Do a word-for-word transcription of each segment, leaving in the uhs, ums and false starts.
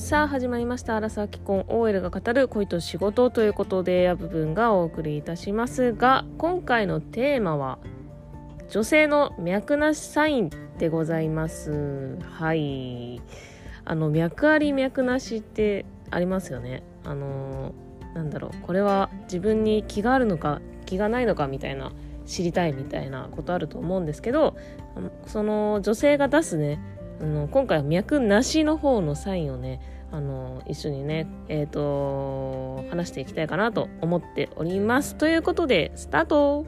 さあ始まりました。アラサー既婚 オーエル が語る恋と仕事ということで、や部分がお送りいたしますが、今回のテーマは女性の脈なしサインでございます。はい、あの脈あり脈なしってありますよね。あのなんだろう、これは自分に気があるのか気がないのかみたいな、知りたいみたいなことあると思うんですけど、その女性が出すね、あの今回は脈なしの方のサインをね、あの一緒にね、えーと話していきたいかなと思っております。ということでスタート。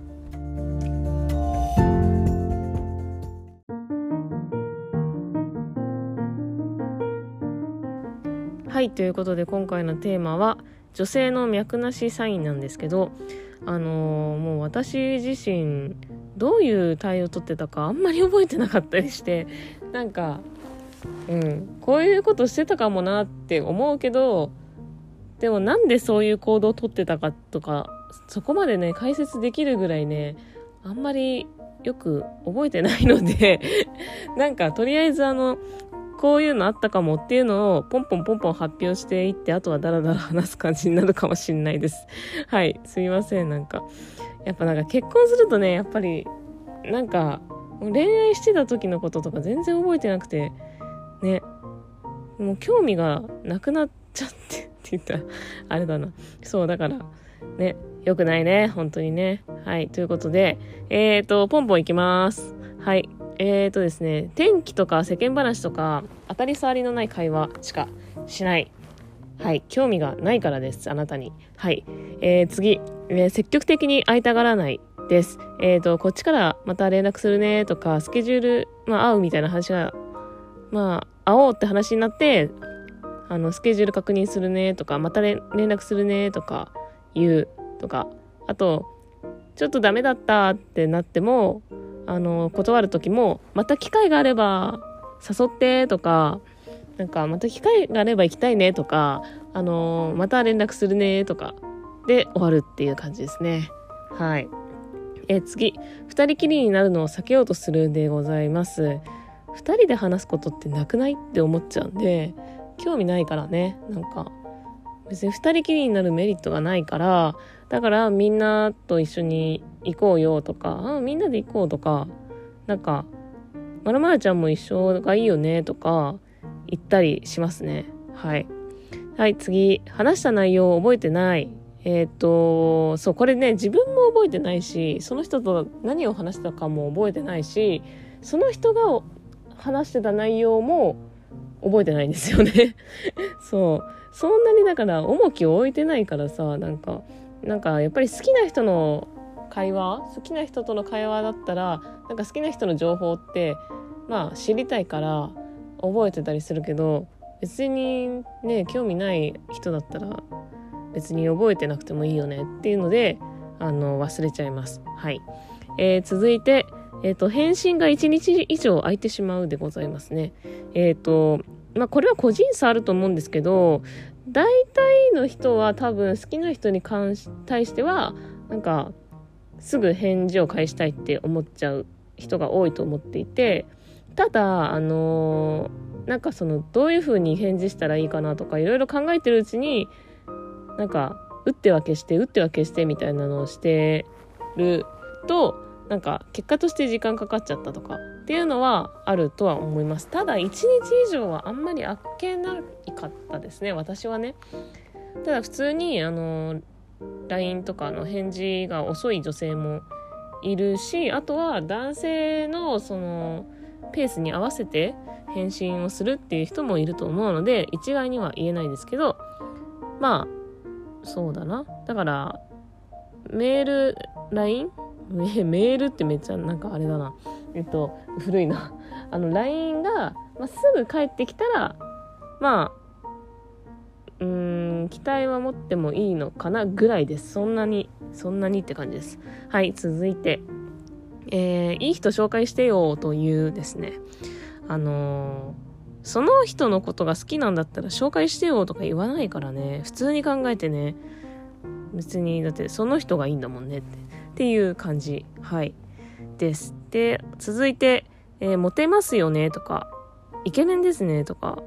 はい、ということで今回のテーマは女性の脈なしサインなんですけど、あのー、もう私自身どういう対応を取ってたかあんまり覚えてなかったりして、なんかうんこういうことしてたかもなって思うけど、でもなんでそういう行動を取ってたかとか、そこまでね解説できるぐらいねあんまりよく覚えてないのでなんかとりあえずあのこういうのあったかもっていうのをポンポンポンポン発表していって、あとはダラダラ話す感じになるかもしれないです。はい、すみません。なんかやっぱなんか結婚するとね、やっぱりなんか恋愛してた時のこととか全然覚えてなくてね、もう興味がなくなっちゃってって言ったらあれだな。そうだからね、よくないね本当にね。はい、ということでえーとポンポンいきます。はい、えーとですね、天気とか世間話とか当たり障りのない会話しかしない。はい、興味がないからです、あなたに。はい、えー、次、えー、積極的に会いたがらないです。えーとこっちからまた連絡するねとか、スケジュール、まあ会うみたいな話が、まあ会おうって話になって、あのスケジュール確認するねとか、また連絡するねとか言うとか、あとちょっとダメだったってなっても、あの断る時もまた機会があれば誘ってとか、なんかまた機会があれば行きたいねとか、あのまた連絡するねとかで終わるっていう感じですね。はい、え次、二人きりになるのを避けようとするでございます。二人で話すことってなくないって思っちゃうんで、興味ないからね、なんか別に二人きりになるメリットがないから、だからみんなと一緒に行こうよとか、あみんなで行こうとか、なんかまるまるちゃんも一緒がいいよねとか言ったりしますね。はい。はい、次、話した内容を覚えてない。えっと、そう、これね、自分も覚えてないし、その人と何を話したかも覚えてないし、その人が話してた内容も覚えてないんですよね。そう。そんなにだから重きを置いてないからさ、なんか、なんかやっぱり好きな人の会話、好きな人との会話だったら、なんか好きな人の情報って、まあ知りたいから覚えてたりするけど、別にね、興味ない人だったら別に覚えてなくてもいいよねっていうので、あの忘れちゃいます。はい、えー、続いて、えーと、返信がいちにち以上空いてしまうでございますね。えーとまあこれは個人差あると思うんですけど、大体の人は多分好きな人に関し対してはなんかすぐ返事を返したいって思っちゃう人が多いと思っていて、ただあのー、なんかそのどういう風に返事したらいいかなとかいろいろ考えてるうちに、なんか打っては消して打っては消してみたいなのをしてると、なんか結果として時間かかっちゃったとかっていうのはあるとは思います。ただいちにち以上はあんまりあっけないかったですね、私はね。ただ普通にあの ライン とかの返事が遅い女性もいるし、あとは男性のそのペースに合わせて返信をするっていう人もいると思うので、一概には言えないですけど、まあそうだな。だからメール ライン メールってめっちゃなんかあれだな、えっと古いな。あの ライン が、まあ、すぐ帰ってきたら、まあうーん期待は持ってもいいのかなぐらいです。そんなにそんなにって感じです。はい、続いて、えー、いい人紹介してよというですね、あのー、その人のことが好きなんだったら紹介してよとか言わないからね。普通に考えてね、別にだってその人がいいんだもんねってっていう感じ、はいです。で続いて、えー、モテますよねとかイケメンですねとか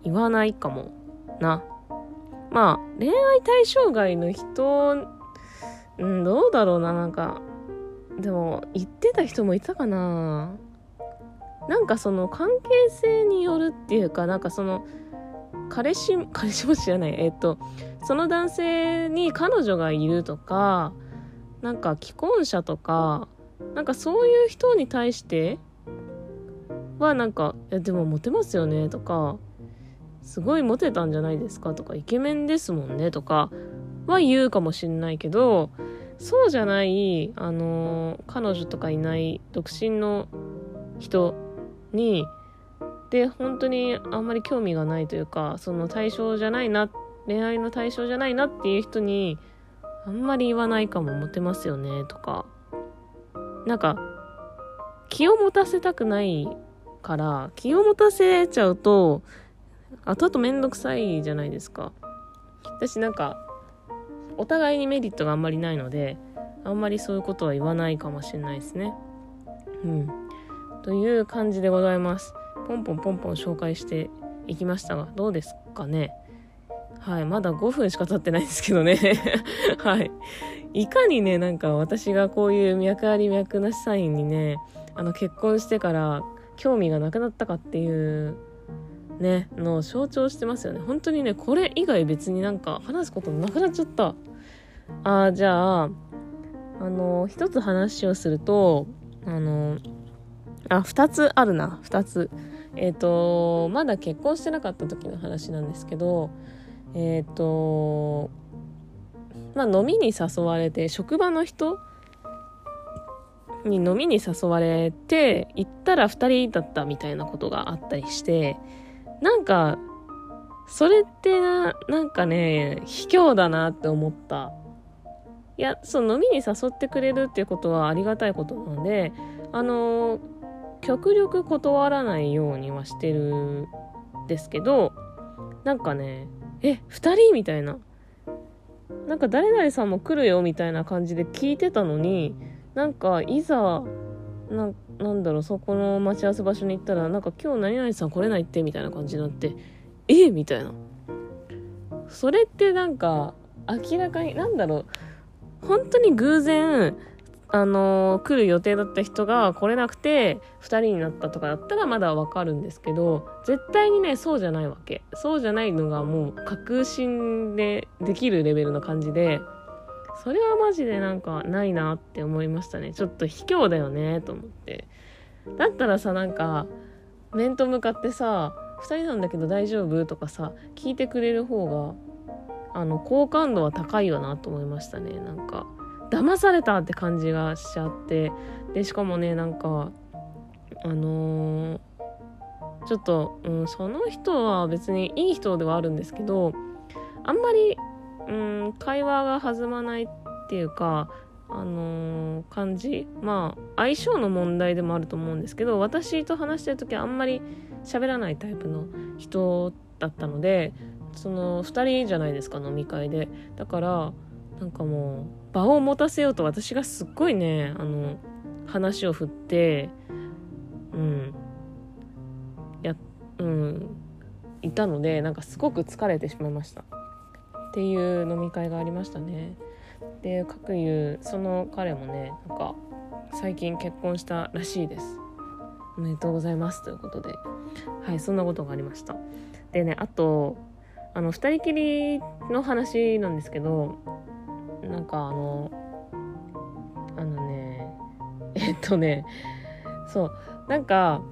言わないかもな。まあ恋愛対象外の人、うん、どうだろうな。なんかでも言ってた人もいたかな。なんかその関係性によるっていうか、なんかその彼氏彼氏も知らないえっとその男性に彼女がいるとか、なんか既婚者とか、なんかそういう人に対してはなんか、いやでもモテますよねとか、すごいモテたんじゃないですかとか、イケメンですもんねとかは言うかもしんないけど、そうじゃないあの彼女とかいない独身の人にで本当にあんまり興味がないというか、その対象じゃないな、恋愛の対象じゃないなっていう人にあんまり言わないかも、モテますよねとか、なんか気を持たせたくないから、気を持たせちゃうと後々めんどくさいじゃないですか。私なんかお互いにメリットがあんまりないので、あんまりそういうことは言わないかもしれないですね。うんという感じでございます。ポンポンポンポン紹介していきましたが、どうですかね。はい、まだごふんしか経ってないですけどねはい、いかにね、なんか私がこういう脈あり脈なしサインにね、あの結婚してから興味がなくなったかっていうねのを象徴してますよね。本当にね、これ以外別になんか話すことなくなっちゃった。あーじゃああの一つ話をすると、あのあ二つあるな二つえっとまだ結婚してなかった時の話なんですけど、えっとまあ飲みに誘われて、職場の人に飲みに誘われて行ったらふたりだったみたいなことがあったりして、なんかそれってな、なんかね卑怯だなって思った。いや、その飲みに誘ってくれるっていうことはありがたいことなので、あの極力断らないようにはしてるんですけど、なんかね、えふたりみたいな、なんか誰々さんも来るよみたいな感じで聞いてたのに、なんかいざ な, なんだろうそこの待ち合わせ場所に行ったら、なんか今日何々さん来れないってみたいな感じになって、えみたいな。それってなんか明らかになんだろう、本当に偶然あのー、来る予定だった人が来れなくてふたりになったとかだったらまだわかるんですけど、絶対にねそうじゃないわけ。そうじゃないのがもう確信でできるレベルの感じで、それはマジでなんかないなって思いましたね。ちょっと卑怯だよねと思って。だったらさ、なんか面と向かってさ、ふたりなんだけど大丈夫とかさ聞いてくれる方があの好感度は高いよなと思いましたね。なんか騙されたって感じがしちゃって、でしかもね、なんかあのー、ちょっと、うん、その人は別にいい人ではあるんですけど、あんまり、うん、会話が弾まないっていうか、あのー、感じ、まあ相性の問題でもあると思うんですけど、私と話してる時はあんまり喋らないタイプの人だったので、そのふたりじゃないですか、飲み会で。だからなんかもう場を持たせようと私がすっごいね、あの話を振ってうんやうんいたので、なんかすごく疲れてしまいましたっていう飲み会がありましたね。で、かくいうその彼もね、なんか最近結婚したらしいです。おめでとうございますということで、はい、そんなことがありました。でね、あとあの二人きりの話なんですけど、なんかあのあのねえっとねそうなんか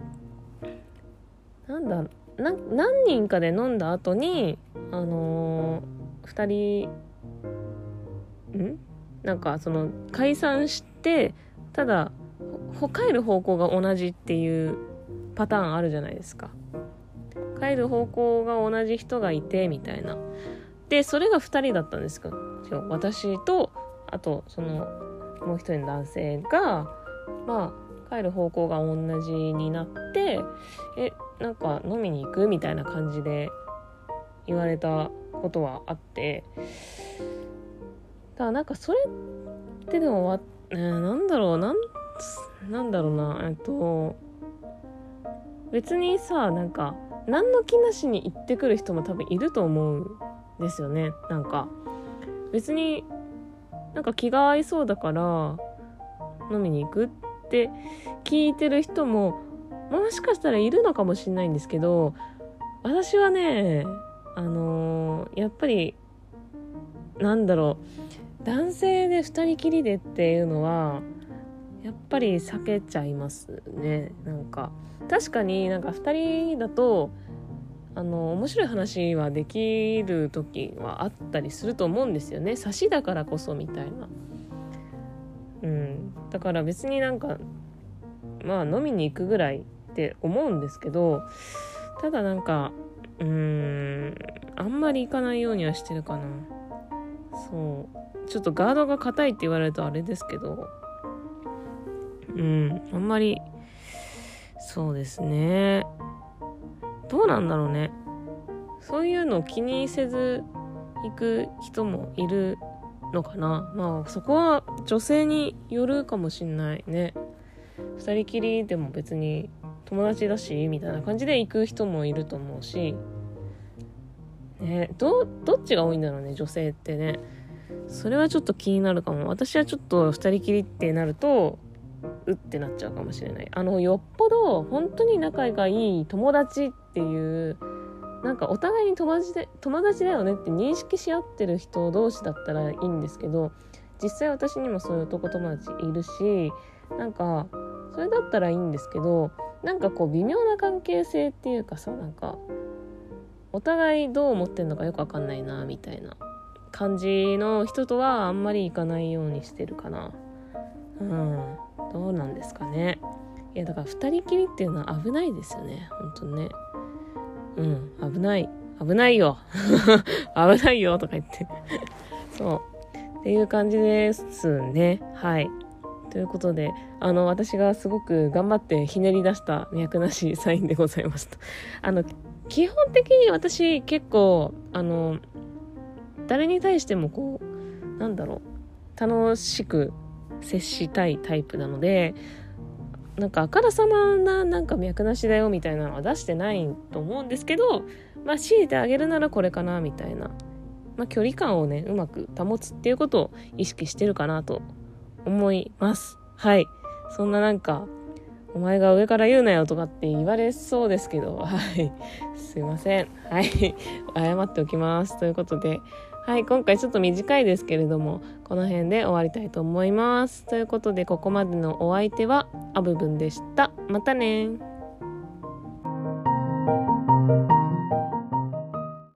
なんだな何人かで飲んだ後にあのー、ふたりんなんかその解散して、ただ帰る方向が同じっていうパターンあるじゃないですか。帰る方向が同じ人がいてみたいな。でそれがふたりだったんですよ。私とあとそのもう一人の男性がまあ帰る方向が同じになって、えなんか飲みに行くみたいな感じで言われたことはあって、だからなんかそれってでもわ、えー、なんだろうなんなんだろうなえっと別にさ、なんか何の気なしに行ってくる人も多分いると思うんですよね。なんか別になんか気が合いそうだから飲みに行くって聞いてる人ももしかしたらいるのかもしれないんですけど、私はねあのー、やっぱりなんだろう、男性で二人きりでっていうのはやっぱり避けちゃいますね。なんか確かになんか二人だとあの面白い話はできる時はあったりすると思うんですよね。差しだからこそみたいな。うん、だから別になんかまあ飲みに行くぐらいって思うんですけど、ただなんかうーんあんまり行かないようにはしてるかな。そうちょっとガードが硬いって言われるとあれですけど、うんあんまりそうですね。どうなんだろうね。そういうのを気にせず行く人もいるのかな。まあそこは女性によるかもしんないね。二人きりでも別に友達だしみたいな感じで行く人もいると思うし、ね、どどっちが多いんだろうね、女性ってね。それはちょっと気になるかも。私はちょっと二人きりってなるとうってなっちゃうかもしれない。あのよっぽど本当に仲がいい友達っていう、なんかお互いに友達で友達だよねって認識し合ってる人同士だったらいいんですけど、実際私にもそういう男友達いるし、なんかそれだったらいいんですけど、なんかこう微妙な関係性っていうかさ、なんかお互いどう思ってんのかよくわかんないなみたいな感じの人とはあんまり行かないようにしてるかな。うん、どうなんですかね。いやだから二人きりっていうのは危ないですよね、本当にね。うん危ない危ないよ危ないよとか言ってそうっていう感じですね。はいということで、あの私がすごく頑張ってひねり出した脈なしサインでございました。あの基本的に私結構あの誰に対してもこうなんだろう楽しく接したいタイプなので、なんかあからさまななんか脈なしだよみたいなのは出してないと思うんですけど、まあ強いてあげるならこれかなみたいな、まあ距離感をねうまく保つっていうことを意識してるかなと思います。はい。そんななんかお前が上から言うなよとかって言われそうですけど、はいすいません。はい謝っておきます。ということで、はい今回ちょっと短いですけれどもこの辺で終わりたいと思います。ということでここまでのお相手はあぶぶんでした。またね。